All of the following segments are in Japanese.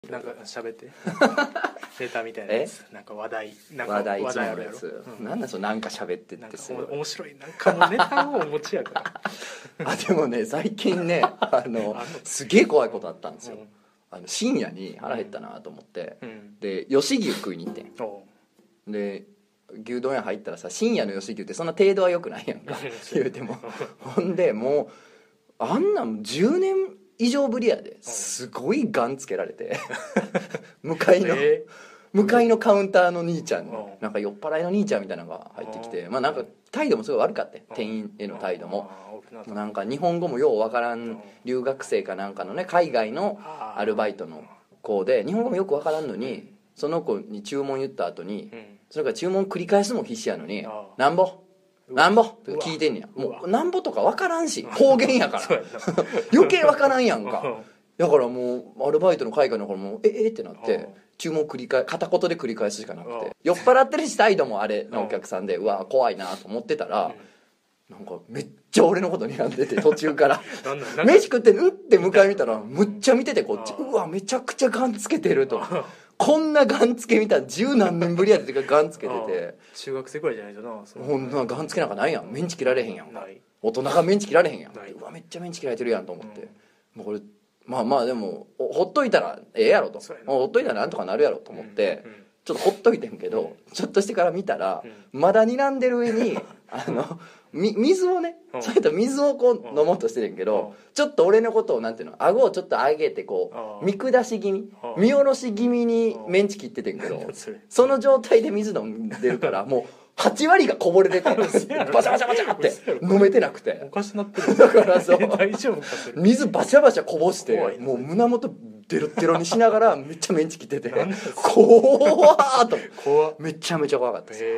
なんか喋ってネタみたいなやつ、なんか話題いつもあるやつ、 なんだそのなんか喋ってってすごい面白いなんかもうネタをお持ちやからでもね最近ねすげえ怖いことあったんですよ、深夜に腹減ったなと思って、で吉牛食いに行ってんで牛丼屋入ったらさ深夜の吉牛ってそんな程度は良くないやんか言うてもほんでもうあんなん10年以上ぶりやですごいガンつけられて向かいのカウンターの兄ちゃんなんか酔っ払いの兄ちゃんみたいなのが入ってきてなんか態度もすごい悪かった店員への態度もなんか日本語もようわからん留学生かなんかのね海外のアルバイトの子で日本語もよくわからんのにその子に注文言った後にそれから注文繰り返すのも必死やのになんぼって聞いてんねやもうなんぼとか分からんし方言やから余計分からんやんかだからもうアルバイトの海外の子もってなって注文片言で繰り返すしかなくて酔っ払ってるし態度もあれなお客さんでうわ怖いなと思ってたらなんかめっちゃ俺のこと睨んでて途中から飯食ってって向かい見たらむっちゃ見ててこっちうわめちゃくちゃガンつけてるとこんなガンつけ見たら十何年ぶりやでガンつけてて中学生くらいじゃないとなほんなガンつけなんかないやんメンチ切られへんやん大人がメンチ切られへんやんうわめっちゃメンチ切られてるやんと思って、もうこれまあでもほっといたらええやろとほっといたらなんとかなるやろと思って、ちょっとほっといてんけど、ちょっとしてから見たら、まだ睨んでる上に水をね、そういった水をこう飲もうとしてるんけど、ちょっと俺のことをなんていうの顎をちょっと上げてこう見下し気味見下ろし気味にメンチ切っててんけど、その状態で水飲んでるからもう8割がこぼれ出てバシャバシャバシャって飲めてなくておかしなってるだからそう大丈夫かそれ水バシャバシャこぼしてもう胸元デロデロにしながらめっちゃメンチ切ってて怖ーっとめちゃめちゃ怖かったです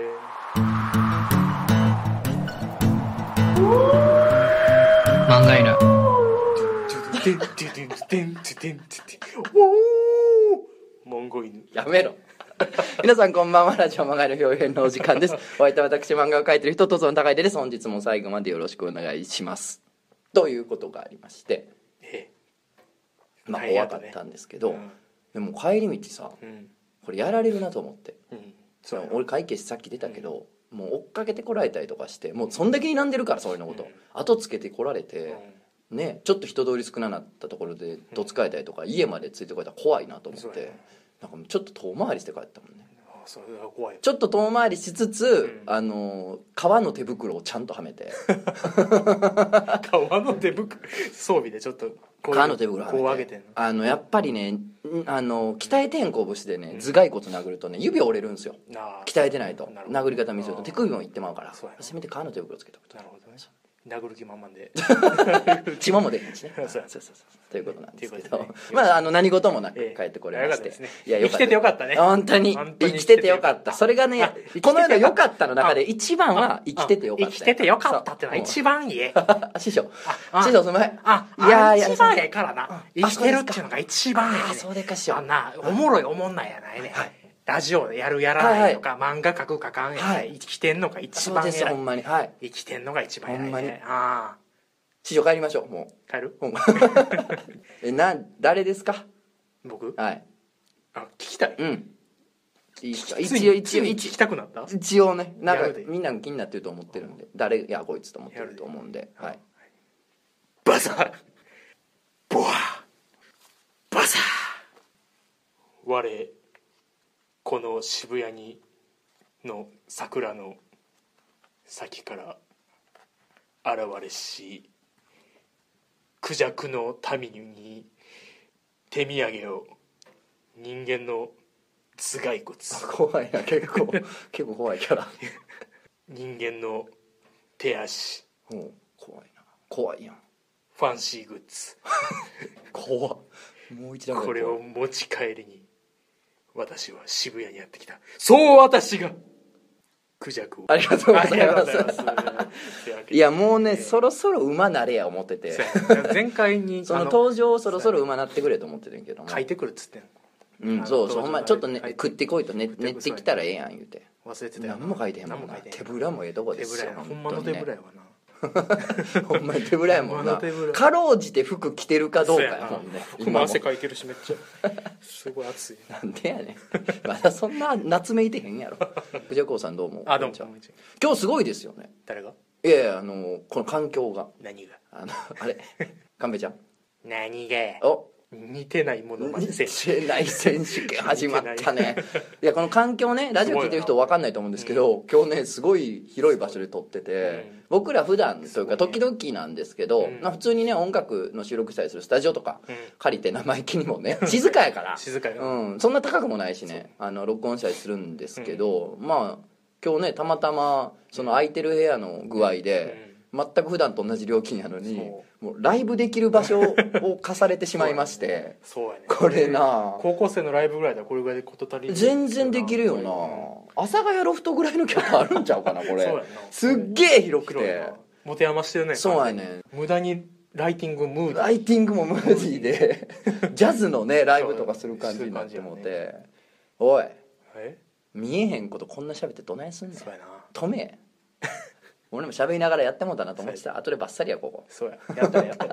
漫画犬モンゴ犬やめろ皆さんこんばんは。ラジオ漫画の表現のお時間です。お相手は私漫画を描いてる人とその高いです。本日も最後までよろしくお願いしますということがありまして怖かったんですけど、でも帰り道さ、これやられるなと思って、俺会計士さっき出たけど、もう追っかけてこられたりとかしてもうそんだけ睨んでるからそういうのこと、後つけてこられて、ね、ちょっと人通り少ななったところでどつかれたりとか、家までついてこられたら怖いなと思って、なんかちょっと遠回りして帰ったもんね。 それは怖い。 ちょっと遠回りしつつ、革の手袋をちゃんとはめて革の手袋装備でちょっと革の手袋はめてこう上げてんのやっぱりね鍛えてへん拳でね頭蓋骨殴るとね指折れるんですよ。鍛えてないと殴り方見せると手首もいってまうからせめて革の手袋つけとくと。なるほどね。 殴る気満々で血も出へんしねそうということなんですけど、まあ何事もなく帰ってこれまして、 いや生きててよかったね。 本当に生きててよかった。それがねこの世のよかったの中で一番は生きててよかった。 生きててよかったってのは一番いい。 師匠すいません。 いや一番ええからな。生きてるっていうのが一番ええね。 そうでか師匠。 おもろいおもんないやないね。ラジオでやるやらないとか、漫画描く描かんや、生きてんのが一番偉い。そうですほんまに。生きてんのが一番偉いね。ほんまに。 師匠帰りましょう。もう帰る？ 誰ですか？ 僕？ はい。 聞きたい。 いいですか？ 一応聞きたくなった？ 一応ね、なんかみんな気になってると思ってるんで、誰やこいつと思ってると思うんで、はい。 バサー、ボワー、バサー。我この渋谷の桜の先から現れしクジャクの民に手土産を人間の頭蓋骨怖いな結構怖いキャラ人間の手足怖いやんファンシーグッズ怖っもう一段これを持ち帰りに私は渋谷にやってきた。そう私がクジャクをありがとうございますいやもうねそろそろ馬なれや思ってて前回にその登場そろそろ馬なってくれと思ってるんけども書いてくるっつってんそうほんまちょっとね食ってこいと練ってきたらええやん言うて忘れてたよ何も書いてへんもんな手ぶらもええとこですよほんまの手ぶらやわなほんまに手ぶらやもんな。かろうじて服着てるかどうかやもんね。 僕も汗かいてるしめっちゃすごい暑い。 なんでやねん。まだそんな夏めいてへんやろ。クジャコウさんどうも。 あ、どうも。 今日すごいですよね。 誰が？ いやいや、この環境が。 何が？ あれ神戸ちゃん。 何が？ お、 似てないものまで似てない選手権始まったね。いや、この環境ね、ラジオ聞いてる人分かんないと思うんですけど、今日ねすごい広い場所で撮ってて、僕ら普段というか時々なんですけど、普通にね音楽の収録したりするスタジオとか借りて、生意気にもね静かやから静かや、 そんな高くもないしね、録音したりするんですけど、まあ今日ねたまたまその空いてる部屋の具合で、全く普段と同じ料金やのに、もうライブできる場所を貸されてしまいましてそうやね、 これな高校生のライブぐらいだこれぐらいで事足りる。 全然できるよな。阿佐ヶ谷ロフトぐらいのキャパあるんちゃうかなこれ。 そうやな、 すっげえ広くて持て余してるね。 そうやね、 無駄にライティングムーディー、 ライティングもムーディーでジャズのねライブとかする感じになってもうて、おい見えへんことこんな喋ってどないすんねん。 そうやな、 止め俺も喋りながらやってもうたなと思ってた。後でバッサリやここ。 そうやったね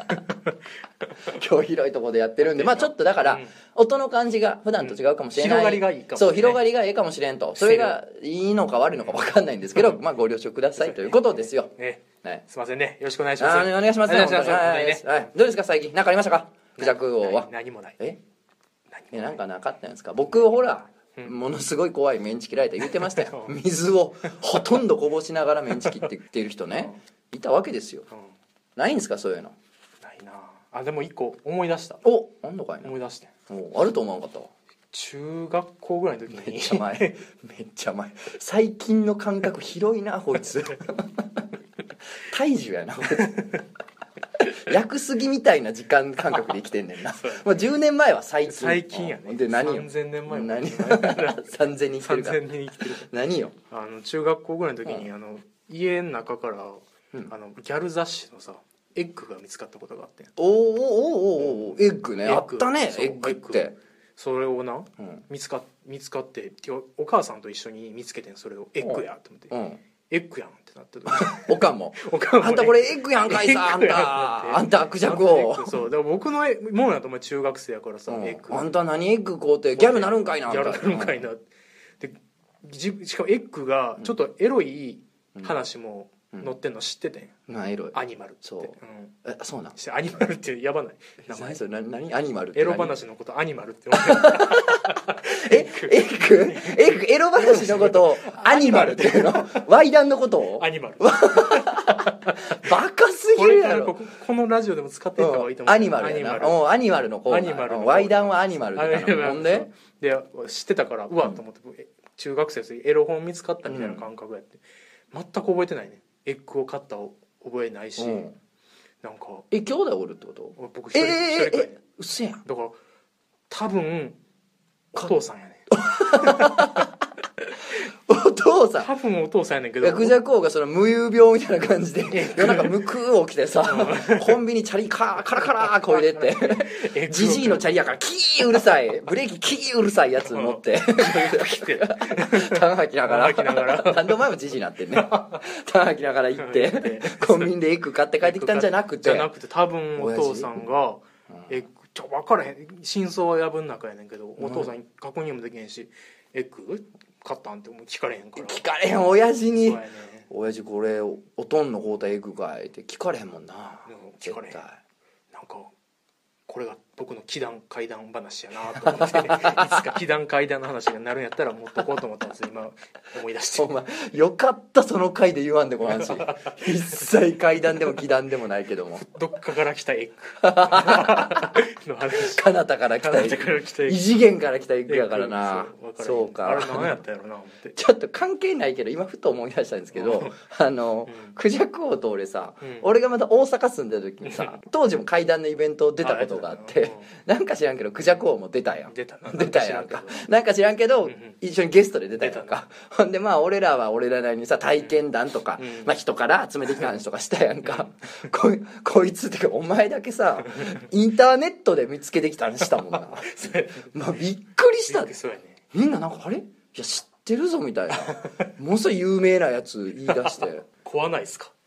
今日広いところでやってるんで、まあちょっとだから音の感じが普段と違うかもしれない、 広がりがいいかもしれない。 そう、広がりがいいかもしれんと。それがいいのか悪いのか分かんないんですけど、まあご了承くださいということですよ。 はい、すいませんね、よろしくお願いします。 お願いします。 お願いします。 はい、どうですか最近何かありましたかクジャク王は。 何もない。 なんかなかったんですか。僕ほらものすごい怖いメンチ切られた言ってましたよ水をほとんどこぼしながらメンチ切ってきてる人ねいたわけですよ。ないんですかそういうの。 ないなあ。でも一個思い出した。 お、なんのかいな。 思い出してあると思わなかったわ。 中学校ぐらいの時にめっちゃ前最近の感覚広いなこいつ大樹やなこいつ役すぎみたいな時間感覚で生きてんねんなもう10年前は最近やね。 で何よ 3000年前も何3000人生きてるから 3000年生きてる何よ中学校ぐらいの時に、家の中から、ギャル雑誌のさエッグが見つかったことがあって、 おエッグね、あったねエッグって。 それをな、見つかってお母さんと一緒に見つけてん、それをエッグやと思って、エッグやんってなっておかんもあんたこれエッグやんかいさあんたクジャクを。 そうだから僕のもんやとお前中学生やからさ、エッグあんた何エッグ買うてギャルなるんかいなギャルなるんかいなで、しかもエッグがちょっとエロい話も載ってんの知っててん、 エロいアニマルって。 そうそうなん。 アニマルってやばない名前。 それ何アニマルってエロ話のことアニマルってエッグエロ話のことをアニマルっていうのワイダンのことをアニマルバカすぎるやろ。 このラジオでも使っていった方がいいと思う。 アニマルやな。アニマルのコーナー。ワイダンはアニマルってほんで知ってたからうわっと思って、中学生でエロ本見つかったみたいな感覚やって、全く覚えてないね。エッグを買った覚えないし、なんか兄弟おるってこと？ 僕一人くらい。 うせやん。 だから多分お父さんやね。 お父さん多分お父さんやねんけど、 クジャク王がその無遊病みたいな感じで夜中むくー起きてさコンビニチャリカラカラこいでってジジイのチャリやからキーうるさいブレーキキーうるさいやつ持ってタン吐きながら何度前もジジイになってんねタン吐きながら行ってコンビニでエッグ買って帰ってきたんじゃなくて多分お父さんがエッグ分からへん、真相は藪の中やねんけど、お父さんに確認もできへんし、エッグ買ったんってもう聞かれへんから。 聞かれへん親父に、親父これおとんの買うたエッグかいって聞かれへんもんな。 聞かれへん。なんかこれが僕の奇談怪談話やなと思っていつか奇談怪談の話になるんやったら持っとこうと思ったんです今思い出して。 お前よかったその回で言わんでこの話一切怪談でも奇談でもないけどもどっかから来たエッグの話。 彼方から来たエッグ、異次元から来たエッグやからな。そうか、 あれ何やったやろな思ってちょっと関係ないけど今ふと思い出したんですけどクジャク王と俺さ、俺がまた大阪住んでる時にさ当時も怪談のイベント出たことがあってなんか知らんけどクジャク王も出たやん。出たやんか。なんか知らんけど一緒にゲストで出たやんか。ほんでまあ俺らは俺らなりにさ体験談とかまあ人から集めてきた話とかしたやんか。こいつってかお前だけさインターネットで見つけてきた話したもんな。まあびっくりした。みんななんかあれいや知ってるぞみたいなものすごい有名なやつ言い出して怖ないっすか。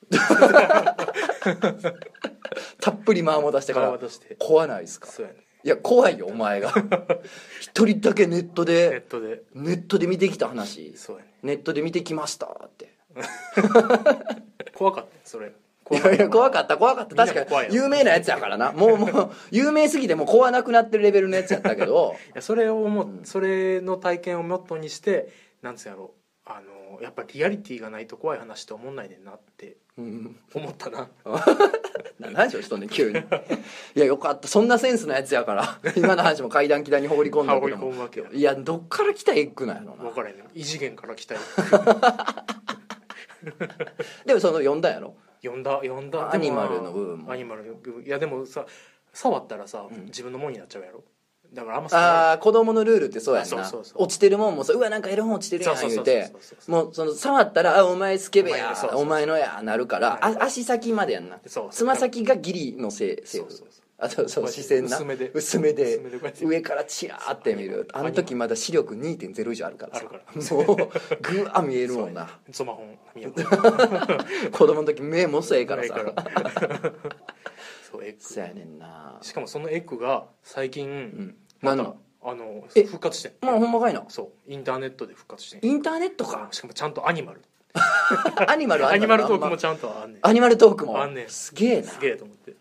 たっぷり間を出してから怖ないですか。 そうやね。 いや怖いよお前が一人だけネットで見てきた話、 そうやね、 ネットで見てきましたって怖かったそれ。 いや怖かった確かに有名なやつやからな、もう有名すぎてもう怖なくなってるレベルのやつやったけどいやそれの体験をモットーにしてなんつうやろやっぱリアリティがないと怖い話って思んないねんなって思ったな何話をしとんねん急にいやよかった、そんなセンスのやつやから今の話も階段木段に放り込んだけども、いやどっから来たエッグなんやろな、 分からへんねん、異次元から来たエでもその読んだやろ、 読んだアニマルの部分も、 アニマルの部分、いやでもさ触ったらさ、自分のもんになっちゃうやろ、だからあんま子供のルールってそうやんな、 そう落ちてるもんもさ、うわなんかエロ本落ちてるやん言うて、もうその触ったらあお前スケベやお前のやなるから、足先までやんな、つま先がギリのセーフ、あとそう視線な薄めで上からチラーって見る、あの時まだ視力 2.0 以上あるからさ、もうグワー見えるもんな、 ゾマホン子供の時目もそうええからさそうエッグそうやねんな、 しかもそのエッグが最近何の復活してん、 まあほんまかいな、 そうインターネットで復活してん、 インターネットか、 しかもちゃんとアニマルアニマルトークもちゃんとあんねん、 アニマルトークもあんねん、 すげえな、 すげえと思って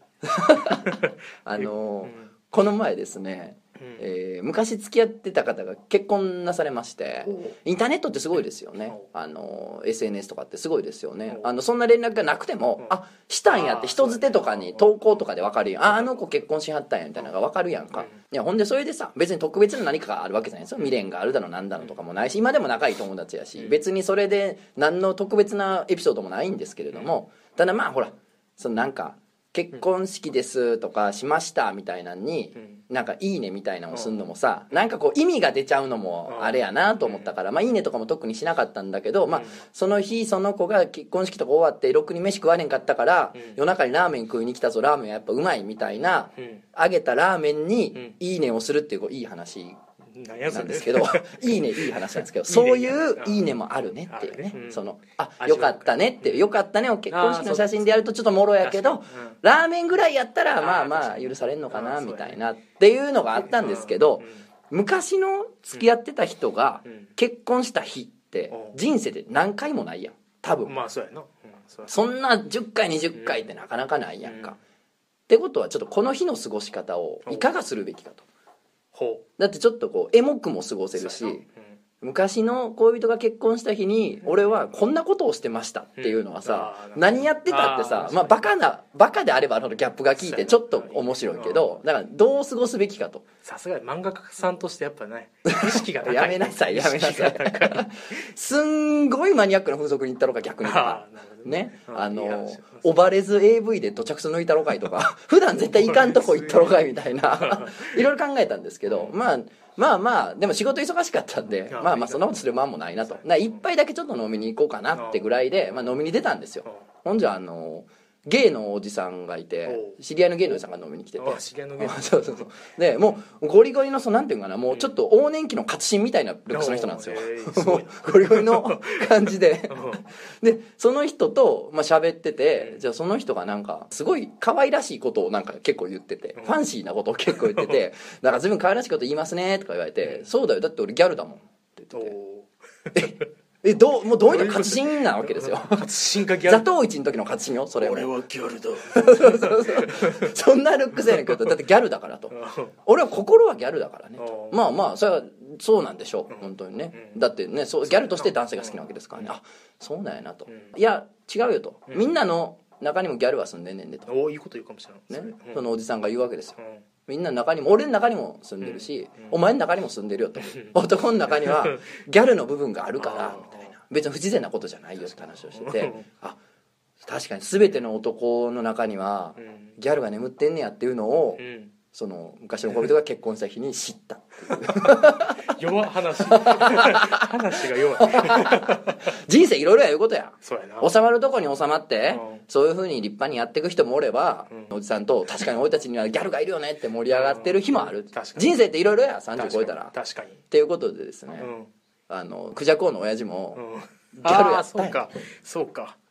この前ですね、昔付き合ってた方が結婚なされまして、インターネットってすごいですよね、SNS とかってすごいですよね、そんな連絡がなくても、したんやって人づてとかに投稿とかで分かるやん、あの子結婚しはったんやみたいなのが分かるやんか、いやほんでそれでさ別に特別な何かがあるわけじゃないですよ、未練があるだのなんだのとかもないし、今でも仲いい友達やし、別にそれで何の特別なエピソードもないんですけれども、ただまあほらそのなんか結婚式ですとかしましたみたいなのに、なんかいいねみたいなのをすんのもさ、なんかこう意味が出ちゃうのもあれやなと思ったから、まあいいねとかも特にしなかったんだけど、まあその日その子が結婚式とか終わってろくに飯食われんかったから、夜中にラーメン食いに来たぞ、ラーメンやっぱうまいみたいな、あげたラーメンにいいねをするっていうこういい話なんですけどいいねいい話なんですけど、そういういいねもあるねっていうね、そのよかったねっていう、よかったねを結婚式の写真でやるとちょっともろやけど、ラーメンぐらいやったらまあまあ許されんのかなみたいなっていうのがあったんですけど、昔の付き合ってた人が結婚した日って人生で何回もないやん多分、 まあそうやな、 そんな10回20回ってなかなかないやんか、ってことはちょっとこの日の過ごし方をいかがするべきかと、だってちょっとこうエモくも過ごせるし、昔の恋人が結婚した日に俺はこんなことをしてましたっていうのはさ、何やってたってさ、まあバカであればギャップが効いてちょっと面白いけど、だからどう過ごすべきかと。 さすが漫画家さんとしてやっぱね意識が高いやめなさいすんごいマニアックな風俗に行ったろか逆にとかね、オバレズ AV で土着す抜いたろかいとか普段絶対いかんとこ行ったろかいみたいないろいろ考えたんですけど、まあでも仕事忙しかったんで、まあそんなことする間もないなと、一杯だけちょっと飲みに行こうかなってぐらいで、飲みに出たんですよ。ほんじゃゲイのおじさんがいて、知り合いのゲイのおじさんが飲みに来てて、 知り合いのゲイそうでもうゴリゴリのなんていうかな、もうちょっと往年期の活心みたいなルックスの人なんですよゴリゴリの感じででその人と喋ってて、じゃあその人がなんかすごい可愛らしいことをなんか結構言ってて、ファンシーなことを結構言っててだから随分可愛らしいこと言いますねとか言われて、そうだよだって俺ギャルだもんって言っててもうどういうの活心なわけですよ活心かギャル、 座頭市の時の活心よそれ。 俺はギャルだそんなルックスやねんけど、だってギャルだからと俺は心はギャルだからねと、まあそれはそうなんでしょう本当にね、だってねそうギャルとして男性が好きなわけですからね、あそうなんやなと、いや違うよと、みんなの中にもギャルは住んでんねんでと、 いいこと言うかもしれない、 そのおじさんが言うわけですよ、みんなの中にも俺の中にも住んでるし、お前の中にも住んでるよと、男の中にはギャルの部分があるからみたいな、別に不自然なことじゃないよって話をしてて、あ確かに全ての男の中にはギャルが眠ってんねやっていうのを、その昔の恋人が結婚した日に知ったっていう弱話が弱い人生いろいろやいうことや。 そうやな、 収まるとこに収まって、そういう風に立派にやっていく人もおれば、おじさんと確かに俺たちにはギャルがいるよねって盛り上がってる日もある、人生っていろいろや30超えたら。 確かにっていうことでですね、クジャコウの親父もギャルやったんや。 そうか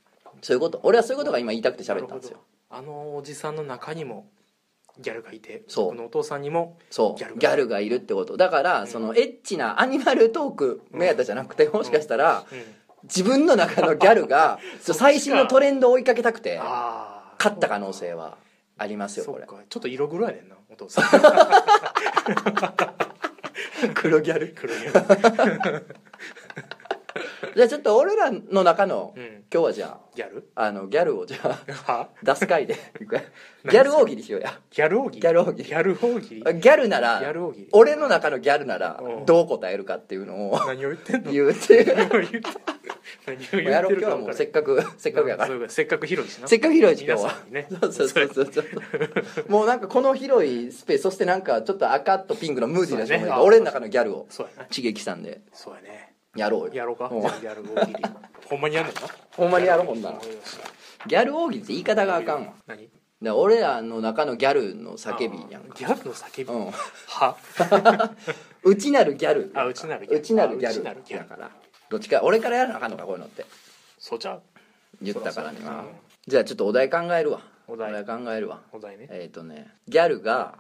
そういうこと、俺はそういうことが今言いたくて喋ったんですよ。 あのおじさんの中にもギャルがいて、 そう僕のお父さんにもそうギャルがいるってことだから、そのエッチなアニマルトーク目当てじゃなくて、もしかしたら、自分の中のギャルが最新のトレンドを追いかけたくて勝った可能性はありますよ。これちょっと色黒やねんなお父さん黒ギャル黒ギャルじゃあちょっと俺らの中の、今日はじゃあギャルギャルをじゃあ出す回でギャル大喜利しようや。 ギャル大喜利ギャル大喜利ギャル大喜利ギャルならギャル大喜利俺の中のギャルならどう答えるかっていうのを何を言ってんの言うて何を言ってるやろう。今日はもうせっかくやからせっかく広いしな、 せっかく広いし今日は、 ね、 そうもうなんかこの広いスペース、そしてなんかちょっと赤とピンクのムーディーな照明が俺の中のギャルを刺激したんで、 そうやね、 やろうよ。 やろうか。ギャル大喜利ほんまにやんねんな。 ほんまにやろう。ほんならギャル大喜利って言い方があかんわ。 何で俺らの中のギャルの叫びやんか。 ギャルの叫び、 は内なるギャル。 内なるギャルだからどっちか俺からやらなあかんのか、こういうのって。 そうちゃう言ったからね。じゃあちょっとお題考えるわ。 お題考えるわ。 お題ね。 ギャルが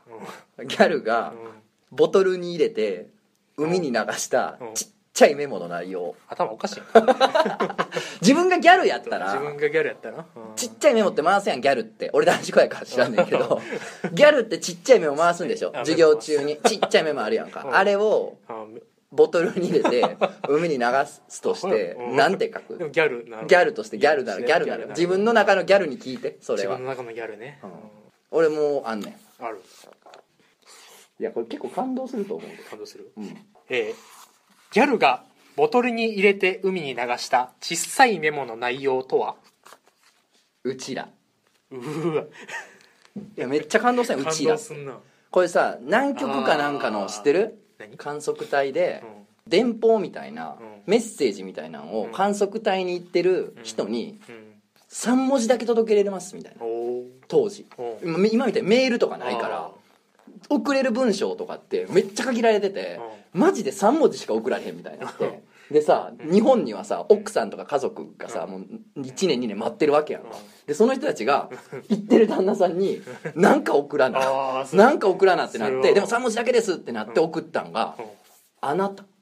ボトルに入れて海に流したちっちゃいメモの内容。 頭おかしい自分がギャルやったらちっちゃいメモって回すやん、ギャルって。俺男子校やから知らんねんけどギャルってちっちゃいメモ回すんでしょ、授業中にちっちゃいメモあるやんか。あれをボトルに入れて海に流すとしてなんて書く？ でもギャルなる。 ギャルとしてギャルなる。自分の中のギャルに聞いて。それは自分の中のギャルね。 俺もあんねん。 ある。 いやこれ結構感動すると思う。 感動する。ギャルがボトルに入れて海に流した小さいメモの内容とは？ うちら。 うわ。 いやめっちゃ感動したよ。うちら。これさ南極かなんかの知ってる？観測隊で電報みたいなメッセージみたいなのを観測隊に行ってる人に3文字だけ届けれますみたいな。当時今みたいにメールとかないから送れる文章とかってめっちゃ限られてて、マジで3文字しか送られへんみたいになってでさ、日本にはさ奥さんとか家族がさもう1年2年待ってるわけやんか。でその人たちが言ってる旦那さんになんか送らななんか送らなってなって、でも3文字だけですってなって送ったんがあなた。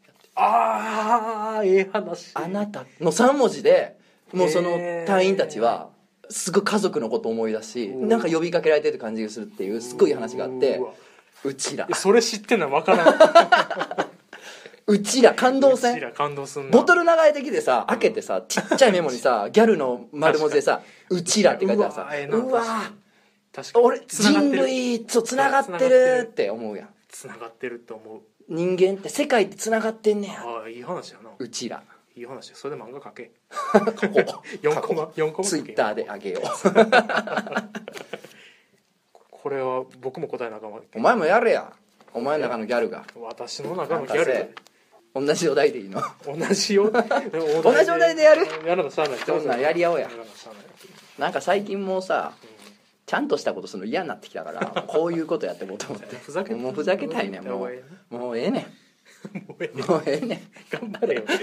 話。 あなたの3文字でもうその隊員たちはすごい家族のこと思い出し、なんか呼びかけられてる感じがするっていうすごい話があって、うちらそれ知ってんの分からんうちら感動せん？ボトル流れてきてさ開けてさちっちゃいメモにさギャルの丸文字でさうちらって書いてあるさ、うわ俺人類とつながってるって思うやん。 つながってると思う。 人間って世界ってつながってんねや。 いい話やな。 うちらいい話や。それで漫画描け 4 コマツイッターであげようこれは僕も答えなあかんわ。 お前もやれや。お前の中のギャルが。 私の中のギャル。 同じお題でいいの？ 同じお題でやる？ やらなしゃあない。 そんなんやり合おうや。なんか最近もうさちゃんとしたことするの嫌になってきたからこういうことやってもうと思ってもうふざけたいねん。もうええねんもうええねん頑張れよ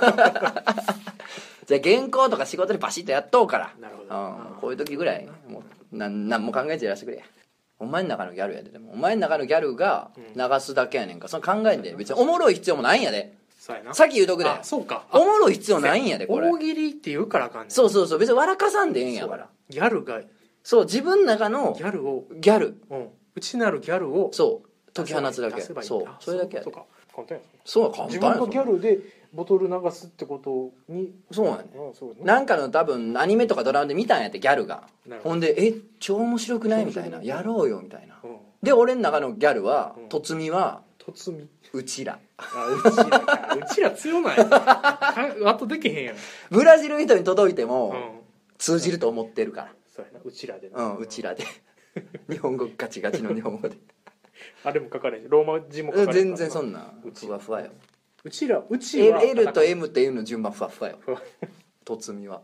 じゃあ原稿とか仕事でバシッとやっとうから。 なるほど。 こういう時ぐらいもう何も考えずやらせてくれ。お前の中のギャルやで。でもお前の中のギャルが流すだけやねんか。その考えんで別におもろい必要もないんやで。さっき言うとくで。 そうか。 おもろい必要ないんやでこれ。 大喜利って言うからあかんねん。 そう別に笑かさんでええんやから。 ギャルがそう自分の中のギャルを内なるギャルをそう解き放つだけ。そうそれだけやで。 簡単や。 そう簡単や。 自分のギャルでボトル流すってことに。 そうやね。なんかの多分アニメとかドラマで見たんやってギャルが。ほんで超面白くないみたいな。やろうよみたいな。で俺の中のギャルはとつみはうちら。 うちら強ないあとできへんやん。 ブラジル人に届いても通じると思ってるから。 そうやな。うちらで。 うちらで日本語ガチガチの日本語であれも書かれへん。ローマ字も書かれへん。 全然そんなふわふわよ。 うちは L と M っていうの順番ふわふわよとつみは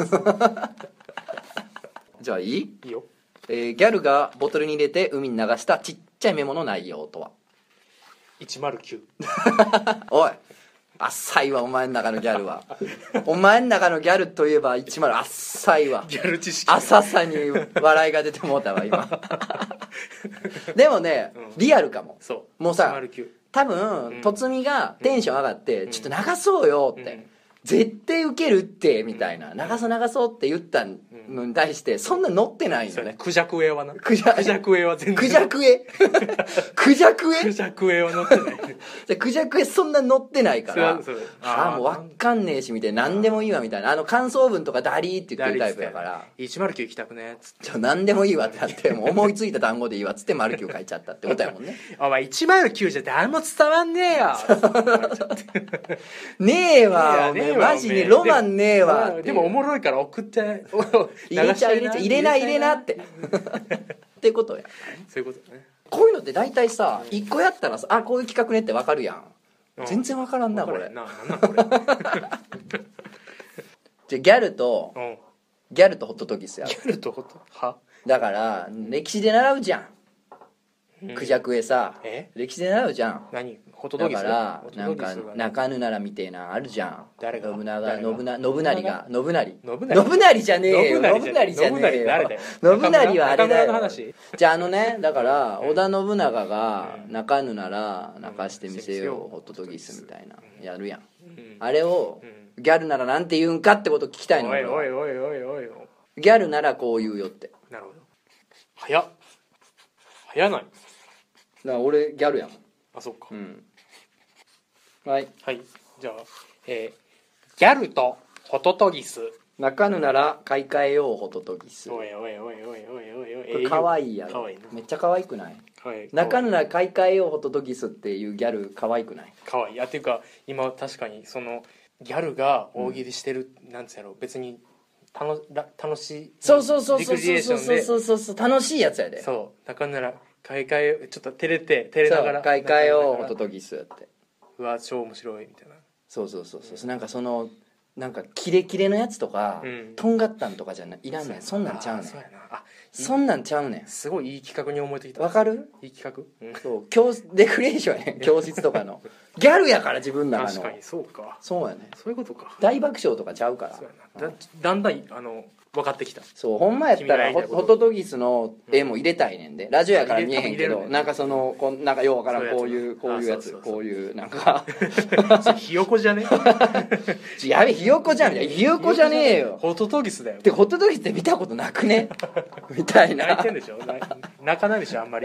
じゃあいいよ。 ギャルがボトルに入れて海に流したちっちゃいメモの内容とは？ 109 おい浅いわお前の中のギャルはお前の中のギャルといえば10浅いわギャル知識浅さに笑いが出てもうたわ今でもね、リアルかも。 そうもうさ 109 多分とつみがテンション上がってちょっと流そうよって絶対ウケるってみたいな流そうって言ったのに対してそんな乗ってないよね。 クジャクエはなクジャクエは全然クジャクエクジャクエクジャクエは乗ってないクジャクエそんな乗ってないからそれもう分かんねえしみたいな何でもいいわみたいな感想文とかダリーって言ってるタイプやから 109行きたくねっつって何でもいいわってなってもう思いついた単語でいいわっつって09書いちゃったってことやもんねお前109じゃ誰も伝わんねえよねえわお前マジにロマンねえわってでもおもろいから送って入れなってってことや。 そういうことね。 こういうのって大体さ1個やったらさこういう企画ねって分かるやん。全然分からんなこれ。 なんなんこれじゃギャルとホットトギスや。 ギャルとホットはだから歴史で習うじゃん。クジャクエさ歴史で習うじゃん。 何ホトトギスだからなんか中ぬならみてえなあるじゃん。 誰が信成が信成じゃねえよ。信成じゃねえよ。信成はあれだよ。じゃあねだから織田信長が泣かぬなら泣かしてみせようホットトギスみたいなやるやん。あれをギャルならなんて言うんかってこと聞きたいの。 おいギャルならこう言うよって。 なるほど。早ない。 だから俺ギャルやもん。 あそっか。 はいじゃあギャルとホトトギス泣かぬなら買い替えようホトトギス。 おいこれかわいいやろ。めっちゃかわいくない？泣かぬなら買い替えようホトトギスっていうギャルかわいくない？ かわいい。っていうか今確かにそのギャルが大喜利してる、なんつうやろ別に楽しいそう楽しいやつやで。 そう泣かぬなら買い替えちょっと照れながら買い替えようホトトギスって。 うわ超面白いみたいな。 そうなんかそのなんかキレキレのやつとか、とんがったんとかじゃいらんねん。そんなんちゃうねん。そんなんちゃうねん。 すごいいい企画に思えてきた。 わかる？ いい企画？ そうレクリエーションやねん。教室とかのギャルやから自分の中の。 確かにそうか。 そうやね。 そういうことか。 大爆笑とかちゃうから。 だんだん分かってきた。 そうほんまやったらホトトギスの絵も入れたいねんで。ラジオやから見えへんけどなんかそのなんかようわからんこういうやつこういうなんかひよこじゃね？ やべひよこじゃん。ひよこじゃねえよ。 ホトトギスだよ。 でホトトギスって見たことなくねみたいな。 泣いてんでしょ。泣かないでしょあんまり。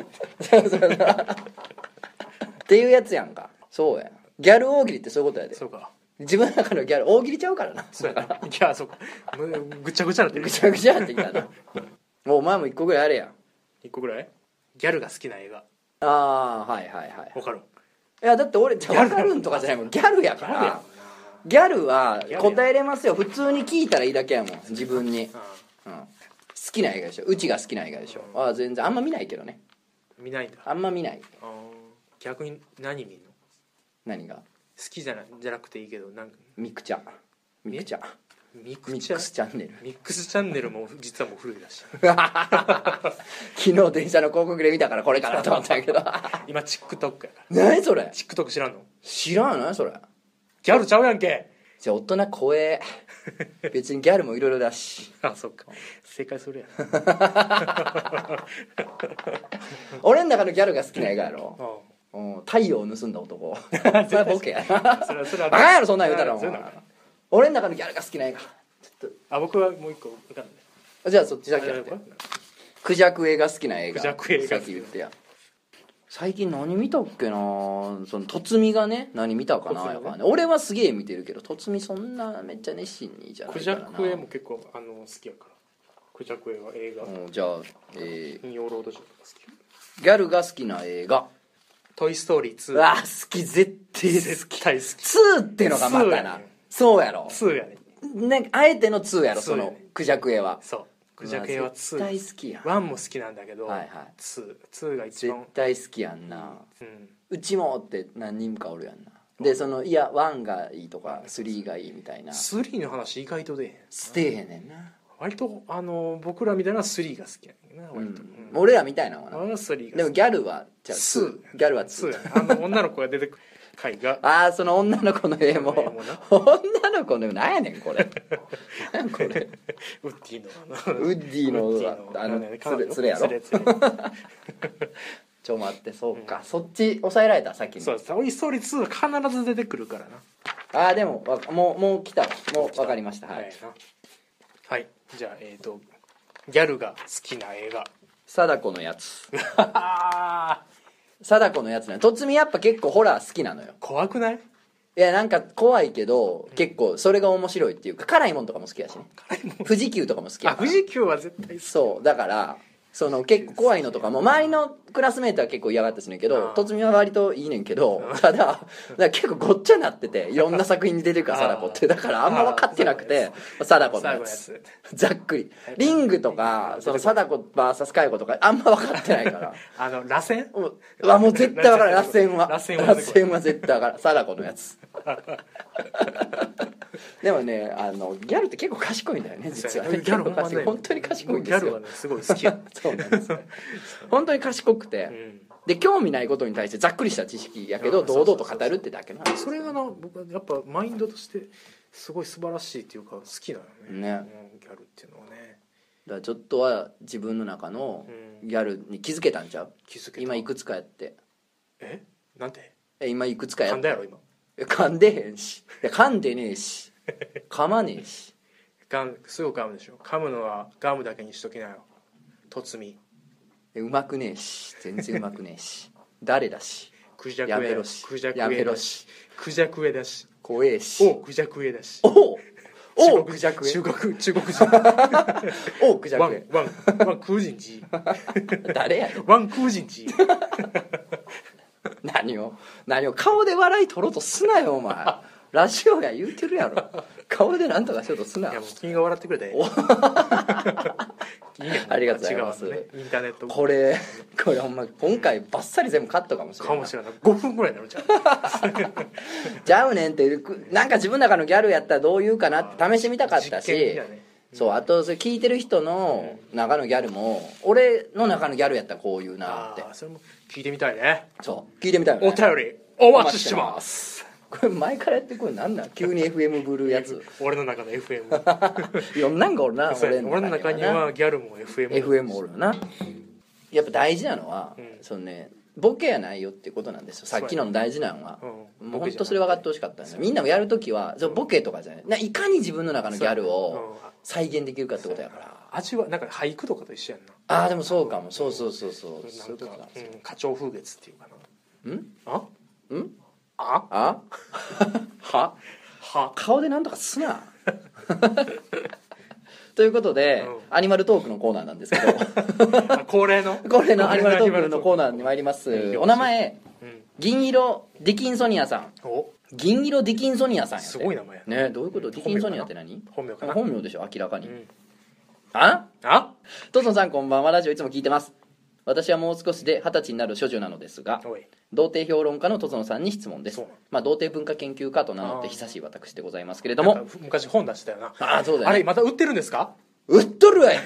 っていうやつやんか。そうやギャル大喜利ってそういうことやで。 そうか。 自分の中のギャル大喜利ちゃうからな。 そうやな。いやそうか。ぐちゃぐちゃなってる。 ぐちゃぐちゃなってきたな。もうお前も1個ぐらいあれやん。 1個ぐらい？ギャルが好きな映画。 はいわかる？ いやだって俺分かるんとかじゃないもん。ギャルやからギャルは答えれますよ。普通に聞いたらいいだけやもん自分に。好きな映画でしょ。うちが好きな映画でしょ。全然あんま見ないけどね。 見ないんだ。 あんま見ない。 逆に何見んの？ 何が？ 好きじゃなくていいけどなんかミクチャミクスチャンネル。 ミックスチャンネルも実はもう古いらしい。 昨日電車の広告で見たからこれかなと思ったんやけど今TikTok やから。 何それ？ TikTok 知らんの？ 知らんの？それギャルちゃうやんけ。 じゃあ大人怖え。別にギャルもいろいろだし。 そっか正解するやん。 俺の中のギャルが好きな映画やろ。太陽を盗んだ男。それはボケやな。それはバカやろそんなん言うたら。俺の中のギャルが好きな映画。 僕はもう一個分かんない。 じゃあそっちだけやって。クジャクエが好きな映画。 クジャクエがさっき言ってや。最近何見たっけな。そのとつみがね何見たかなやからね。俺はすげえ見てるけどとつみそんなめっちゃ熱心にじゃないからな。 クジャクエも結構好きやから。クジャクエは映画。 じゃあ金曜ロードショーとか好き。ギャルが好きな映画。 トイストーリー2。 好き絶対好き。2ってのがまたな。そうやろ。 2やね。 あえての2やろそのクジャクエは。 そう。クジャクエは2。 絶対好きやん。 1も好きなんだけど、2が一番絶対好きやんな。うちもって何人かおるやんな。でいや1がいいとか3がいいみたいな。 3の話意外と出へん。 捨てへんねんな。 割と僕らみたいな3が好きやねんな割と。 俺らみたいなのはな。 3が。 でもギャルはじゃあ2。ギャルは2。 女の子が出てくる。 回がああその女の子の絵も女の子の絵なんやねんこれ何これウッディウッディのつれやろちょ待ってそうか、そっち抑えられたさっきの。 そうトイ・ストーリー2は必ず出てくるからな。 ああでももう来たもう分かりました。はい、 はい、じゃあギャルが好きな映画貞子のやつ貞子のやつね。とつみやっぱ結構ホラー好きなのよ。 怖くない？ いやなんか怖いけど、結構それが面白いっていうか、辛いもんとかも好きやしね。富士急とかも好きやから。 富士急は絶対そうだからその結構怖いのとかも周りのクラスメートは結構嫌がったりするんやけど、とつみは割といいねんけど、ただ結構ごっちゃになってて、いろんな作品に出てるから貞子って、だからあんま分かってなくて、貞子のやつざっくりリングとかその貞子 VS 佳代子とかあんま分かってないから螺旋もう絶対分からない。螺旋は絶対分からない。貞子のやつでもねギャルって結構賢いんだよね実はね。 ギャル本当に賢いんですよ。 ギャルはねすごい好きやそうなんですよ本当に賢くて、で興味ないことに対してざっくりした知識やけど堂々と語るってだけなんですよ。 それが僕はやっぱマインドとしてすごい素晴らしいっていうか好きなのねギャルっていうのはね。 だからちょっとは自分の中のギャルに気づけたんちゃう？ 気づけた。 今いくつかやって。 なんて今いくつかやって。 噛んだやろ今。 噛んでへんし、噛んでねえし噛まねえし。 すぐ噛むでしょ。噛むのはガムだけにしときなよとつみ。 うまくねえし、全然うまくねえし誰だし、 クジャクやめろし、やめろし、 クジャクエだし、 怖えし、 おクジャクエだし、 おクジャクエ、 中国人おクジャクエ、 ワン空人寺誰やねん。 ワン空人寺何を顔で笑い取ろうとすなよお前ラジオや言うてるやろ。顔でなんとかしようとすな。 いやもう君が笑ってくれたよありがとうございます、 ね、インターネットこれほんま今回バッサリ全部カットかもしれない。 5分ぐらいになるじゃんちゃうねんって、なんか自分の中のギャルやったらどう言うかなって試してみたかったし、ね、そうあとそれ聞いてる人の中のギャルも、俺の中のギャルやったらこう言うなって。 それも聞いてみたいね。 そう聞いてみたいよね。 お便りお待ちしてます。 これ前からやってこれなんなん急に FM ブルーやつ俺の中の FM いやなんかおるな。 俺の中にはギャルも FM おるよな。やっぱ大事なのは、そのねボケやないよっていうことなんですよ。さっきの大事なのは、もう本当それ分かってほしかったんですよ。みんなもやるときはボケとかじゃない、いかに自分の中のギャルを再現できるかってことやから。 味はなんか俳句とかと一緒やんな。 ああでもそうかも。そうそう花鳥風月っていうかな。 は顔でなんとかすなということで、アニマルトークのコーナーなんですけど恒例のアニマルトークのコーナーに参ります。お名前、銀色ディキンソニアさん。銀色ディキンソニアさんやって。 すごい名前ね。どういうこと？ディキンソニアって何？ 本名かな。 本名でしょ明らかに。トソンさんこんばんは。ラジオいつも聞いてます。私はもう少しで20歳になる処女なのですが、童貞評論家のとつのさんに質問です。童貞文化研究家と名乗って久しい私でございますけれども、 昔本出したよな。 そうだよね。 あれまた売ってるんですか？ 売っとるわい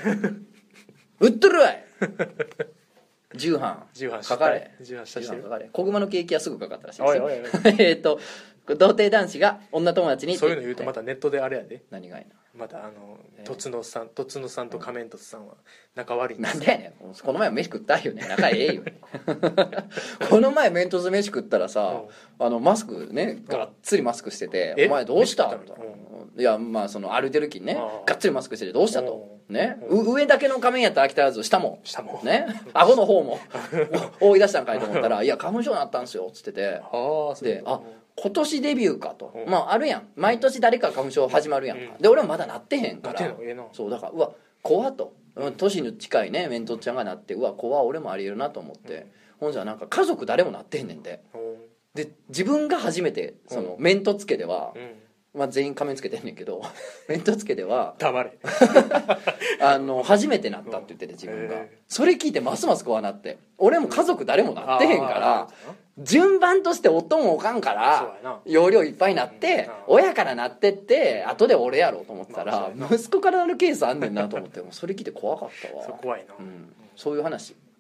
重版書かれ小熊のケーキはすぐかかったらしいですよ。童貞男子が女友達にそういうの言うとまたネットであれやで。 何がいいな。 またとつのさんと仮面とつさんは仲悪いんです。 なんでやねん。この前飯食ったよね。仲ええよねこの前メントス飯食ったらさ、マスクねがっつりマスクしてて、お前どうしたと。いやまあその歩いてる時にねがっつりマスクしててどうしたとね。上だけの仮面やったら飽き足らず下もね顎の方も追い出したんかいと思ったら、いや花粉症になったんすよっつってて、で今年デビューかと、あるやん毎年誰か花粉症始まるやんか、で俺もまだなってへんから、そうだからうわ怖っと、年に近いねメントちゃんがなって、うわ怖俺もありえるなと思って、ほんじゃなんか家族誰もなってへんねんで、自分が初めてそのメントつけでは、全員仮面つけてんねんけどメントつけでは黙れ初めてなったって言ってて、自分がそれ聞いてますます怖なって、俺も家族誰もなってへんから順番として夫もおかんから容量いっぱいなって親からなってって後で俺やろうと思ってたら、息子からなるケースあんねんなと思って、もうそれ聞いて怖かったわ。 怖いな。 そういう話。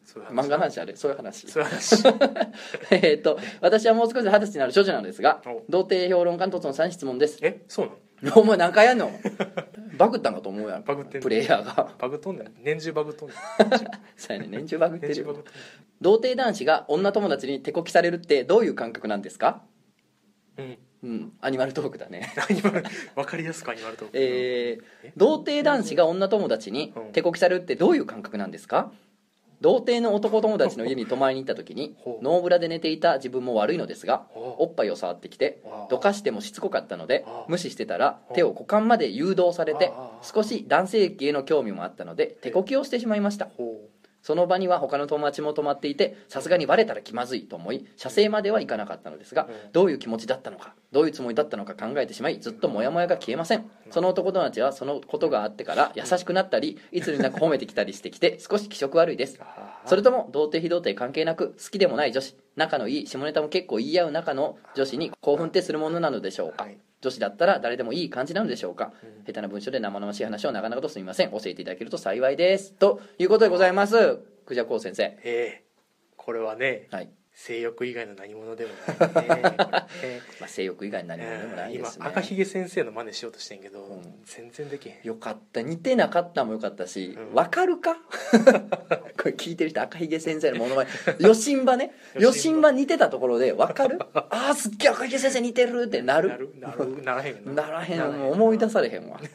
漫画の話あれそういう話そういう話私はもう少しで20歳になる少女なのですが、童貞評論家のとつのさんに質問です。 そうなの？ お前何回やんの？バグったんかと思うやん。 バグってんの？ プレイヤーがバグっとんねん。年中バグっとんねん。 そうやね、年中バグってる。 年中バグっとんねん。 童貞男子が女友達に手こきされるってどういう感覚なんですか？アニマルトークだね。 分かりやすくアニマルトーク。 童貞男子が女友達に手こきされるってどういう感覚なんですか？童貞の男友達の家に泊まりに行った時にノーブラで寝ていた自分も悪いのですが、おっぱいを触ってきてどかしてもしつこかったので無視してたら手を股間まで誘導されて、少し男性器への興味もあったので手こきをしてしまいました。その場には他の友達も泊まっていて、さすがにバレたら気まずいと思い射精まではいかなかったのですが、どういう気持ちだったのか、どういうつもりだったのか考えてしまい、ずっとモヤモヤが消えません。その男友達はそのことがあってから優しくなったり、いつになく褒めてきたりしてきて少し気色悪いです。それとも童貞非童貞関係なく好きでもない女子、仲のいい下ネタも結構言い合う仲の女子に興奮ってするものなのでしょうか？女子だったら誰でもいい感じなのでしょうか？下手な文章で生々しい話を長々とすみません。教えていただけると幸いです。ということでございます。クジャコウ先生。 これはね、 はい、 性欲以外の何者でもないね。 性欲以外の何者でもないですね。 今赤ひげ先生の真似しようとしてんけど、全然できへん。 よかった、似てなかったもよかったし、わかるかこれ聞いてる人、赤ひげ先生のものまねよしんばね、よしんば似てたところでわかるあーすっげえ赤ひげ先生似てるってなるならへんならへん、もう思い出されへんわ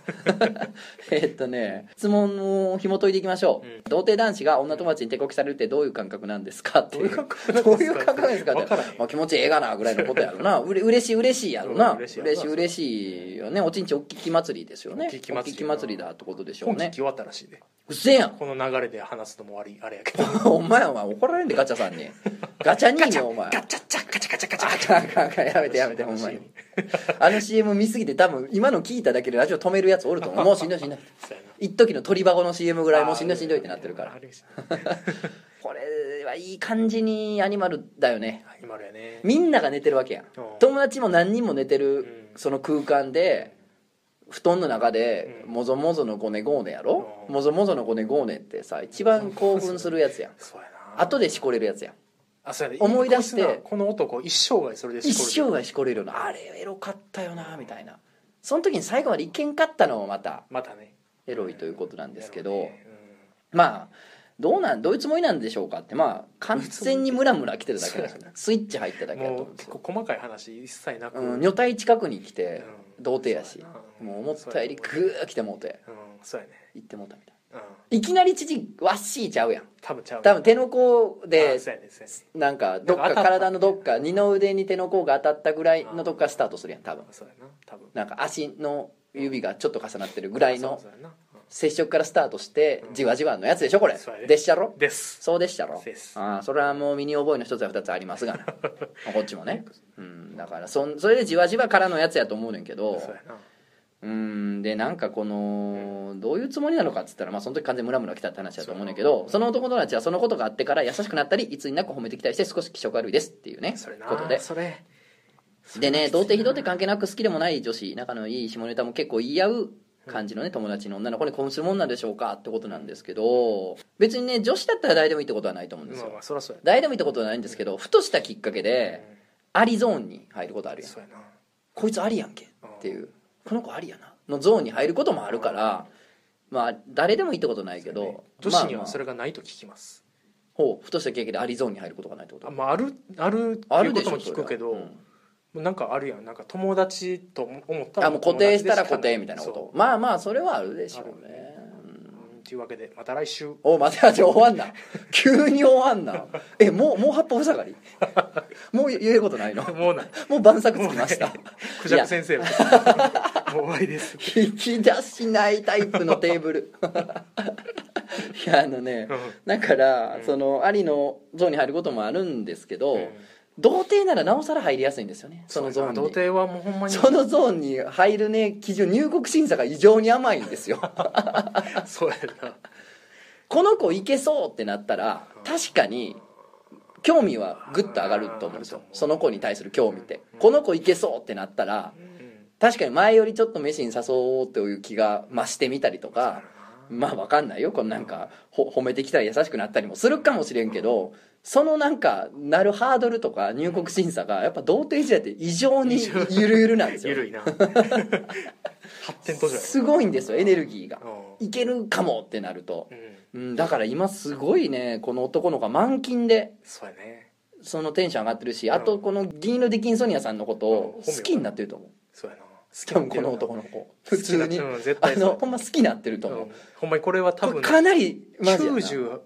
質問を紐解いていきましょう、童貞男子が女友達に手こきされるってどういう感覚なんですかっていう。どういう感覚なんですかって、まあ、気持ちええがなぐらいのことやろな。嬉しいやろな。嬉しいよね。おちんちおっきき祭りですよね。おっきき祭りだってことでしょうね。 今期終わったらしいで。 うせやん。 この流れで話すのも悪いあれやけどお前怒られんでガチャさんに。ガチャにお前ガチャガチャガチャガチャガチャやめてほんまに。あの CM 見すぎて多分今の聞いただけでラジオ止めるやつおると思う。もうしんどい一時の鳥箱の CM ぐらいもうしんどいってなってるからこれはいい感じにアニマルだよね。 アニマルやね。 みんなが寝てるわけやん。友達も何人も寝てるその空間で布団の中でもぞもぞのゴネゴーネやろ。もぞもぞのゴネゴーネってさ一番興奮するやつやん。 そうやな。 後でしこれるやつやん。 そうや思い出してこの男一生涯それで一生涯しこれるのあれエロかったよなみたいな。その時に最後までいけんかったのもまたねエロいということなんですけど、まあどういうつもりなんでしょうかって、まあ完全にムラムラ来てるだけなんですよね。スイッチ入っただけだと思うんですよ。 もう細かい話一切なく、 女体近くに来て童貞やし、もう思ったよりグー来てもうて、 そうやね、 行ってもうたみたいな、いきなり父わっしーちゃうやん。 多分手の甲でなんかどっか体のどっか二の腕に手の甲が当たったぐらいのとこからスタートするやん多分。 そうやな、多分なんか足の指がちょっと重なってるぐらいの接触からスタートしてじわじわのやつでしょこれ。でっしゃろ。そうでしたろ。ああそれはもう身に覚えの一つや二つありますがなこっちもね、だからそれでじわじわからのやつやと思うねんけど、でなんかこのどういうつもりなのかっつったら、まあその時完全にムラムラ来たって話だと思うねんけど、その男友達はそのことがあってから優しくなったりいつになく褒めてきたりして少し気色悪いですっていうねことで。でね、童貞非童貞関係なく好きでもない女子、仲のいい下ネタも結構言い合う感じのね、友達の女の子に興奮するもんなんでしょうかってことなんですけど、別にね女子だったら誰でもいいってことはないと思うんですよ。誰でもいいってことはないんですけど、ふとしたきっかけでアリゾーンに入ることあるやん。こいつアリやんけっていう、この子アリやなのゾーンに入ることもあるから、まあ誰でもいいってことないけど、 女子にはそれがないと聞きます。 ふとした経験でアリゾーンに入ることがないってこと。 あるっていうことも聞くけど、なんかあるやん、なんか友達と思ったらもう固定したら固定みたいなこと。まあまあそれはあるでしょうね。 というわけでまた来週。 待て終わんな急に終わんな。もう八方塞がりもう言えることないの。もうない、もう晩作つきました。 クジャク先生もう終わりです。 引き出しないタイプのテーブルいやだからそのアリのゾーンに入ることもあるんですけど、童貞ならなおさら入りやすいんですよね。そのゾーンに。童貞はもうほんまにそのゾーンに入るね基準、入国審査が異常に甘いんですよそうやな。 この子いけそうってなったら確かに興味はグッと上がると思うんですよ。その子に対する興味って、この子いけそうってなったら確かに前よりちょっと飯に誘おうという気が増してみたりとか、 まあ分かんないよ、このなんか褒めてきたら優しくなったりもするかもしれんけど、そのなんかなるハードルとか入国審査がやっぱ童貞時代って異常にゆるゆるなんですよ。 ゆるいな発展途上やすごいんですよ、エネルギーが。いけるかもってなると、だから今すごいね、この男の子が満勤でそうやね、 そのテンション上がってるし、あとこのギーヌ・ディキンソニアさんのことを好きになってると思う。 そうやな、 多分この男の子普通に絶対そうほんま好きになってると思う、 ほんまにこれは多分かなりマジやな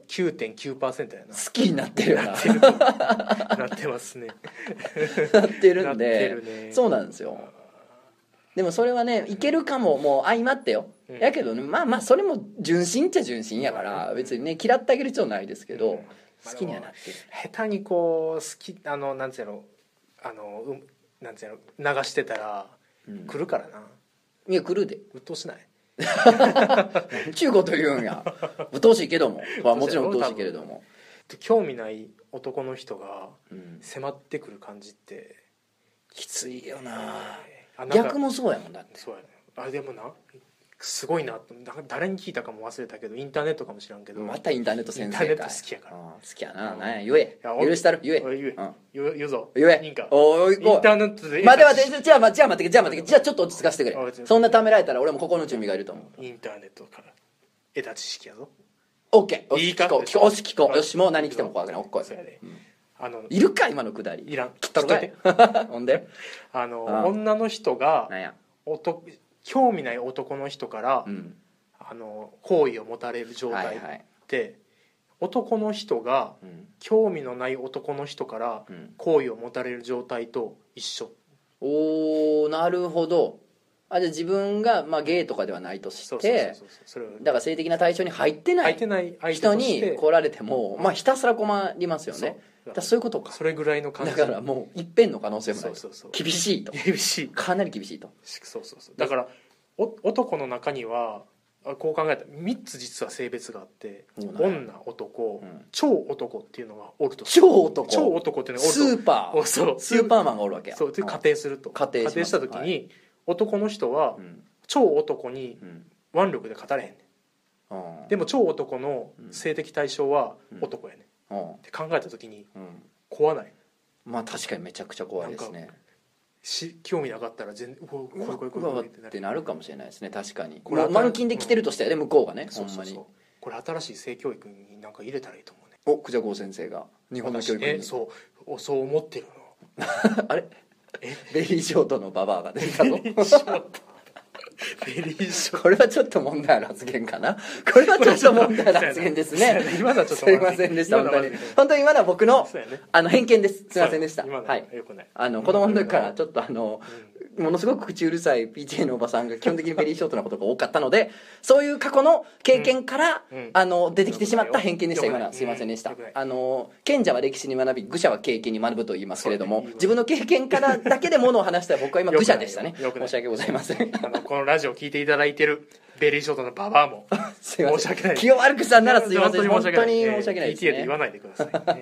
99.9% やな、 好きになってるよななってますねなってるんなってでるね、 そうなんですよ。でもそれはねいけるかも、もう相まってよ、やけどね、まあまあそれも純真っちゃ純真やから別にね嫌ってあげる必要ないですけど、好きにはなってる。 下手にこう好きなんつうやろなんつうやろ流してたら来るからな、 いや来るで鬱陶しない中古と言うんや鬱陶しいけども、まあ、もちろん鬱陶しいけれども、 興味ない男の人が迫ってくる感じってきついよな。 なんか逆もそうやもんだって。 そうやね、あでもなすごいな、誰に聞いたかも忘れたけどインターネットかもしれんけど、 またインターネット先生かい。 インターネット好きやから、 好きやな。なんや言え、許したる、言え、 言うぞ、 言え、 いいんか、 おいこい、 インターネットで待て、じゃあ待って、じゃあちょっと落ち着かせてくれ。そんなためられたら俺も心の準備がいると思う。 インターネットから得た知識やぞ。 オッケー、 いいか、 聞こう、よし、もう何来ても怖くない、おっこい。いるか今のくだり。 いらん、 切っとるかいほんで女の人がなんや興味ない男の人から好意を持たれる状態って男の人が興味のない男の人から好意を持たれる状態と一緒。 おー、なるほど。じゃあ自分がゲイとかではないとしてだから性的な対象に入ってない人に来られてもひたすら困りますよね。そういうことか。 それぐらいの感じだからもう一辺の可能性もない。厳しいと、かなり厳しいと。 そうだから男の中にはこう考えたら3つ実は性別があって、女、男、超男っていうのがおると。 超男っていうのがおると、 スーパーマンがおるわけや。 そう仮定すると、仮定した時に男の人は超男に腕力で勝たれへんねん。でも超男の性的対象は男やねんって考えた時に怖ない。 まあ確かにめちゃくちゃ怖いですね。 興味なかったら全然これってなるかもしれないですね。確かに満勤で来てるとしたらね、向こうがね、ほんまにこれ新しい性教育になんか入れたらいいと思うね。 クジャコウ先生が日本の教育にそう思ってるのあれベリーショートのババアが出てたぞこれはちょっと問題ある発言かな。これはちょっと問題ある発言ですね。 今のはちょっとすいませんでした。本当に今のは僕の偏見です。すいませんでした。はい。子供の時からちょっとものすごく口うるさい PTA のおばさんが基本的にベリーショートなことが多かったので、そういう過去の経験から出てきてしまった偏見でした。今のはすいませんでした。賢者は歴史に学び、愚者は経験に学ぶと言いますけれども、自分の経験からだけでものを話したら僕は今愚者でしたね。申し訳ございません。 このラジオを聞いていただいてるベリーショートのババアも申し訳ない。 気を悪くしたんならすいません。本当に申し訳ないですね。 PTA で言わないでくださ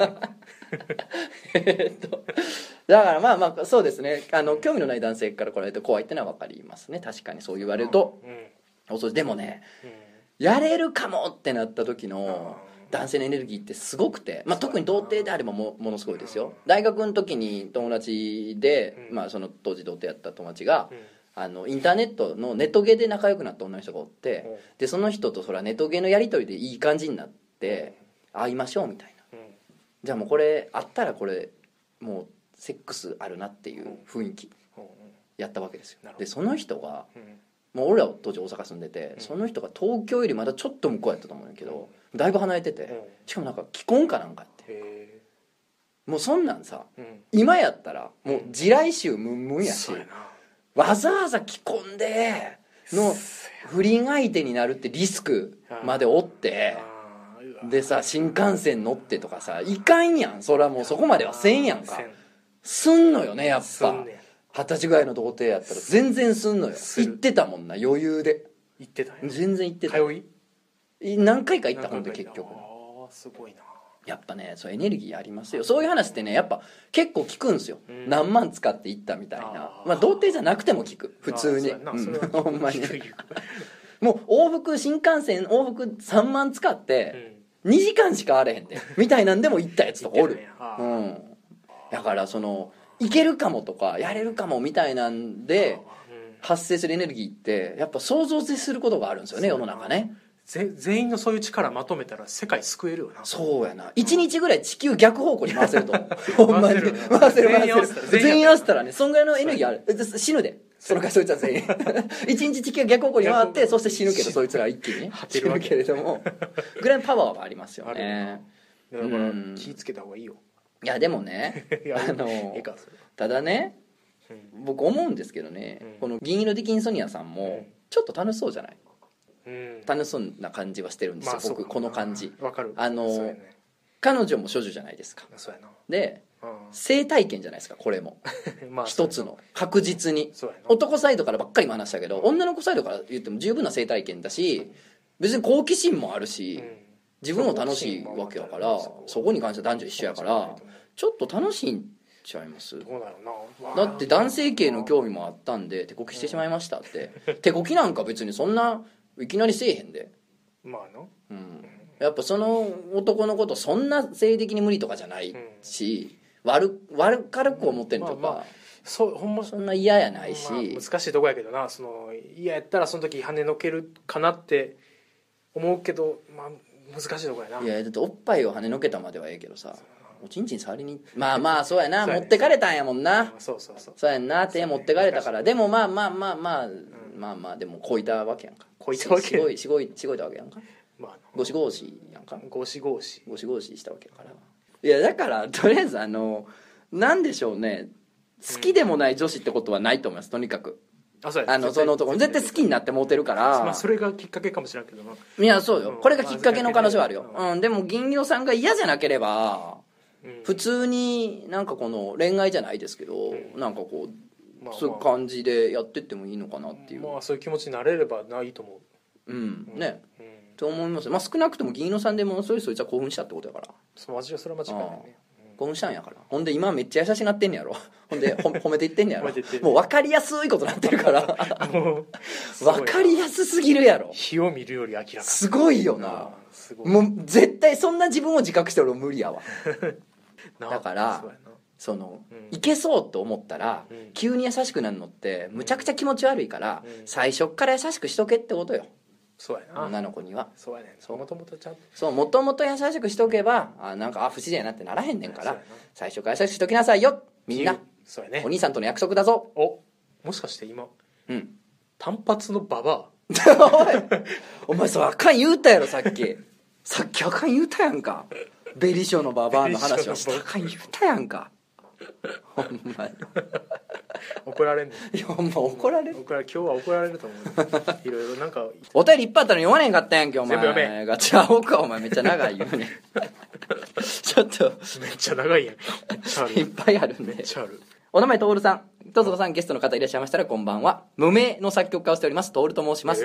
い。 だからそうですね。興味のない男性から来られて怖いってのは分かりますね。確かにそう言われると。でもね、やれるかもってなった時の男性のエネルギーってすごくて、特に童貞であればものすごいですよ。大学の時に友達で、その当時童貞やった友達がインターネットのネットゲーで仲良くなった女の人がおって、でその人とネットゲーのやり取りでいい感じになって会いましょうみたいな、じゃあもうこれ会ったらこれもうセックスあるなっていう雰囲気やったわけですよ。でその人がもう俺ら当時大阪住んでて、その人が東京よりまだちょっと向こうやったと思うんだけど、だいぶ離れてて、しかもなんか既婚かなんかやって、もうそんなんさ、今やったらもう地雷臭ムンムンやし、わざわざ既婚での不倫相手になるってリスクまで負ってでさ、新幹線乗ってとかさ、いかんやん。それはもうそこまではせんやんか。すんのよね、やっぱ20歳ぐらいの童貞やったら全然すんのよ。行ってたもんな、余裕で。 行ってたんや。 全然行ってた。 通い何回か行った、ほんと結局。 すごいな。 やっぱね、そうエネルギーありますよ。そういう話ってね、やっぱ結構聞くんすよ。何万使って行ったみたいな。童貞じゃなくても聞く、普通に。ほんまに。 もう往復新幹線往復3万使って2時間しかあれへんでみたいなんでも行ったやつとかおる、うん、だからそのいけるかもとかやれるかもみたいなんで発生するエネルギーってやっぱ想像することがあるんですよね、世の中ね。 全員のそういう力まとめたら世界救えるよな。 そうやな、1日ぐらい地球逆方向に回せると思うほんまに回せる全員合わせたらね、そんぐらいのエネルギーある。死ぬでそのかそいつは全員1日地球逆方向に回ってそして死ぬけどそいつら一気にね死ぬけれどもぐらいのパワーはありますよね。 だから気ぃつけた方がいいよ。 いやでもねただね、僕思うんですけどね、この銀色ディキンソニアさんもちょっと楽しそうじゃない、楽しそうな感じはしてるんですよ、僕この感じ。 わかる。 彼女も処女じゃないですか。 そうやな。 で性体験じゃないですかこれも一つの確実に男サイドからばっかり話したけど、女の子サイドから言っても十分な性体験だし、別に好奇心もあるし、自分も楽しいわけだから、そこに関しては男女一緒やからちょっと楽しいんちゃいます？ どうだろうな。だって男性系の興味もあったんで手こきしてしまいましたって手こきなんか別にそんないきなりせえへんで、 まあの、 やっぱその男のことそんな性的に無理とかじゃないし、悪軽く思ってんとか、 ほんまそんな嫌やないし、 難しいとこやけどな、その嫌やったらその時跳ねのけるかなって思うけど、難しいとこやな。 いやだっておっぱいを跳ねのけたまではええけどさ、おちんちん触りにまあそうやな持ってかれたんやもんな。そうやんな、手持ってかれたから。でもまあでもこいたわけやんか。 こいたわけしごいたわけやんか。ゴシゴシやんか。 ゴシゴシしたわけやから。いやだからとりあえずなんでしょうね、好きでもない女子ってことはないと思います。とにかくその男絶対好きになってモテるから、 それがきっかけかもしれんけどな。 いやそうよ、これがきっかけの可能性はあるよ。でも銀色さんが嫌じゃなければ、普通になんかこの恋愛じゃないですけど、なんかこうそういう感じでやってってもいいのかなっていう、 そういう気持ちになれればいいと思う。 ねと思います。少なくとも銀色さんでもそいつは興奮したってことやから。 それは間違いないね。 興奮したんやから。ほんで今めっちゃ優しくなってんねやろ。ほんで褒めていってんねやろ。もう分かりやすいことなってるから分かりやすすぎるやろ。 火を見るより明らか。 すごいよな。もう絶対そんな自分を自覚して俺無理やわだからいけそうと思ったら、急に優しくなるのってむちゃくちゃ気持ち悪いから、最初から優しくしとけってことよ。 そうやな、 女の子には。 そうやね。もともとちゃんともともと優しくしとけばなんか不自然やなってならへんねんから、最初から優しくしときなさいよみんな。 そうやね。 お兄さんとの約束だぞ。 もしかして今単発のババアお前それあかん言うたやろさっきあかん言うたやんか。ベリショのババアの話はしたかん言うたやんかほんまに怒られんねん。 いやほんま怒られる。 今日は怒られると思ういろいろなんかお便りいっぱいあったのに読まねんかったやんけお前。 全部読め。 ガチャオかお前めっちゃ長いよねちょっとめっちゃ長いやん。 いっぱいあるんで。 めっちゃある。 お名前トールさん、とつこさん、ゲストの方いらっしゃいましたらこんばんは。無名の作曲家をしておりますトールと申します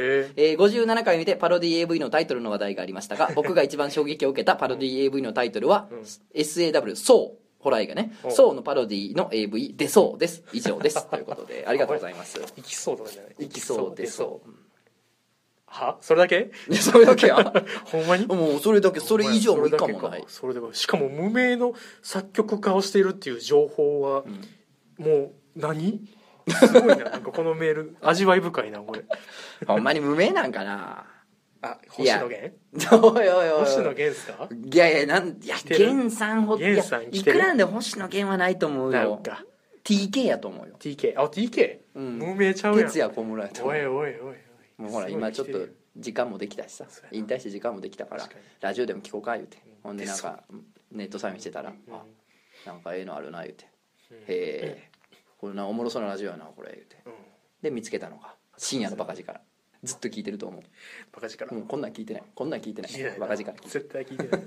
。57回にてパロディ AV のタイトルの話題がありましたが、僕が一番衝撃を受けたパロディ AV のタイトルは、SAW そうホラー映画ね、そうのパロディの AV 出そうです。以上ですということでありがとうございます。 いきそうとかじゃない、 いきそう出そうはそれだけ？ いやそれだけやほんまに？ もうそれだけ、それ以上もいいかもない。 それでしかも無名の作曲家をしているっていう情報は、もう何？すごいな。なんかこのメール味わい深いなこれ。 ほんまに無名なんかな。 星野源？ おいおいおい、 星野源っすか？ いや源さんいくらんで星野源はないと思うよ。 なんか TK やと思うよ。 TK？ 無名ちゃうやん。 哲也小室やと思う。 おいもうほら今ちょっと時間もできたしさ、引退して時間もできたからラジオでも聞こうか言うて、ほんでなんかネットサーフィンしてたら、なんかええのあるな言うて、へえこれなおもろそうなラジオやなこれ言うて、で見つけたのが深夜のバカ力。ずっと聞いてると思う。 バカ力。 こんなん聞いてないバカ力絶対聞いてない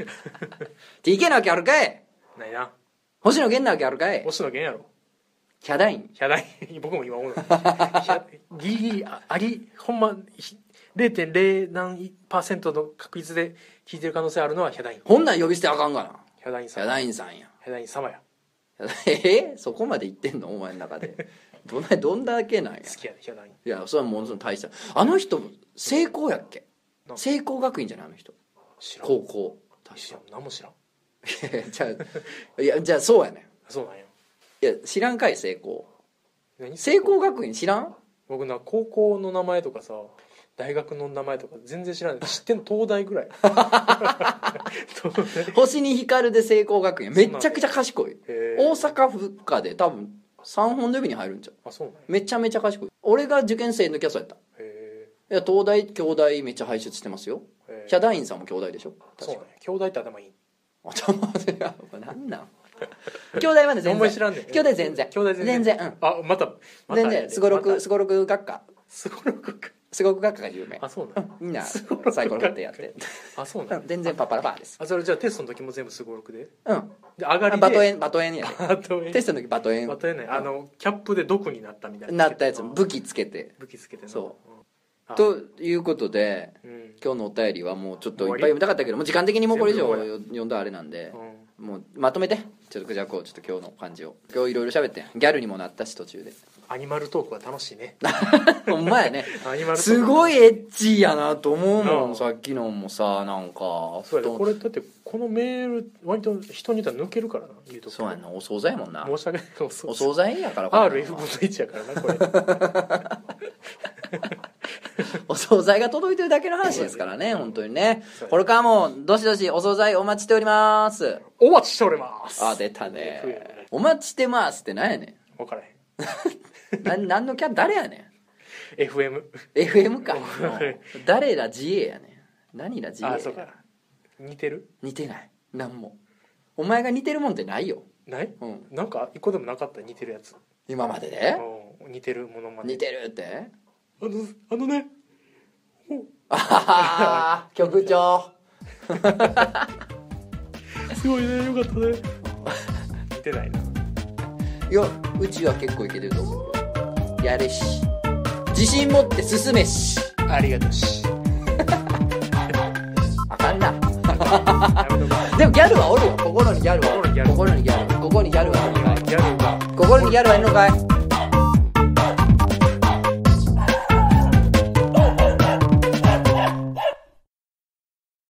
TK なわけあるかい。 ないな。 星野源なわけあるかい。 星野源やろ。 ヒャダイン僕も今思うギリギリありほんま 0.0 何%の確率で聞いてる可能性あるのはヒャダイン。 ほんなん呼び捨てあかんがな。 ヒャダインさんや。 ヒャダインさんや。 ヒャダイン様や。 そこまで言ってんのお前の中でどんだけなんや。 好きやねヒャダイン。 いやそれはもうその大したあの人成功やっけ。成功学院じゃないあの人。 知らん。 高校知らん。何も知らん。 じゃあそうやね。 そうなんや。 いや知らんかい成功。 何成功学院知らん。 僕な高校の名前とかさ大学の名前とか全然知らない。知ってんの東大ぐらい。 星に光るで成功学院めっちゃくちゃ賢い。大阪府下で多分3本の指に入るんちゃう。 あそうなんや。 めちゃめちゃ賢い。俺が受験生のキャストやった。いや東大京大めっちゃ輩出してますよ。ヒャダインさんも京大でしょ。 そうね。京大って頭いい。 あちょっと待ってなんなん京大まで全然知らんねん。 京大全然全然うんあまた全然すごろく学科すごろく学科が有名。 あそうなんみんなサイコロ振ってやってあそうなん全然パッパラパーです。 あそれじゃあテストの時も全部すごろくでうんで上がりでバトエンやでテストの時バトエンねキャップで毒になったみたいなったやつ武器つけてそうということで今日のお便りはもうちょっといっぱい読みたかったけどもう時間的にもうこれ以上読んだあれなんでもうまとめてちょっとじゃあこうちょっと今日の感じを今日いろいろ喋ってギャルにもなったし途中でアニマルトークは楽しいね。 ほんまやね。すごいエッチーやなと思うもん。さっきのもさなんかそうやね。これだってこのメール割と人によっては抜けるからな言うと。 そうやなお惣菜やもんな。 申し訳ない。お惣菜やから RF 分の1やからなこれ。 お惣菜が届いてるだけの話ですからね本当にね。これからもどしどしお惣菜お待ちしております。 お待ちしております。 あ出たね。お待ちしてますって何やねん。分からへん。 何のキャラ誰やねん。 FM か。誰ら自衛やねん。何ら自衛。 あそうか。似てる？ 似てない。何も。お前が似てるもんってないよ。 ない？なんか一個でもなかった似てるやつ。 今までで？ 似てるものまで。 似てるって？ あのね。 ああ局長。 すごいねよかったね。似てないな。 いやうちは結構いけてると思う。やれし自信持って進めしありがとうしあかんなでもギャルはおるよ。心にギャルはおる。心にギャルはおるのかい。 ギャルが心にギャルはいるのかい。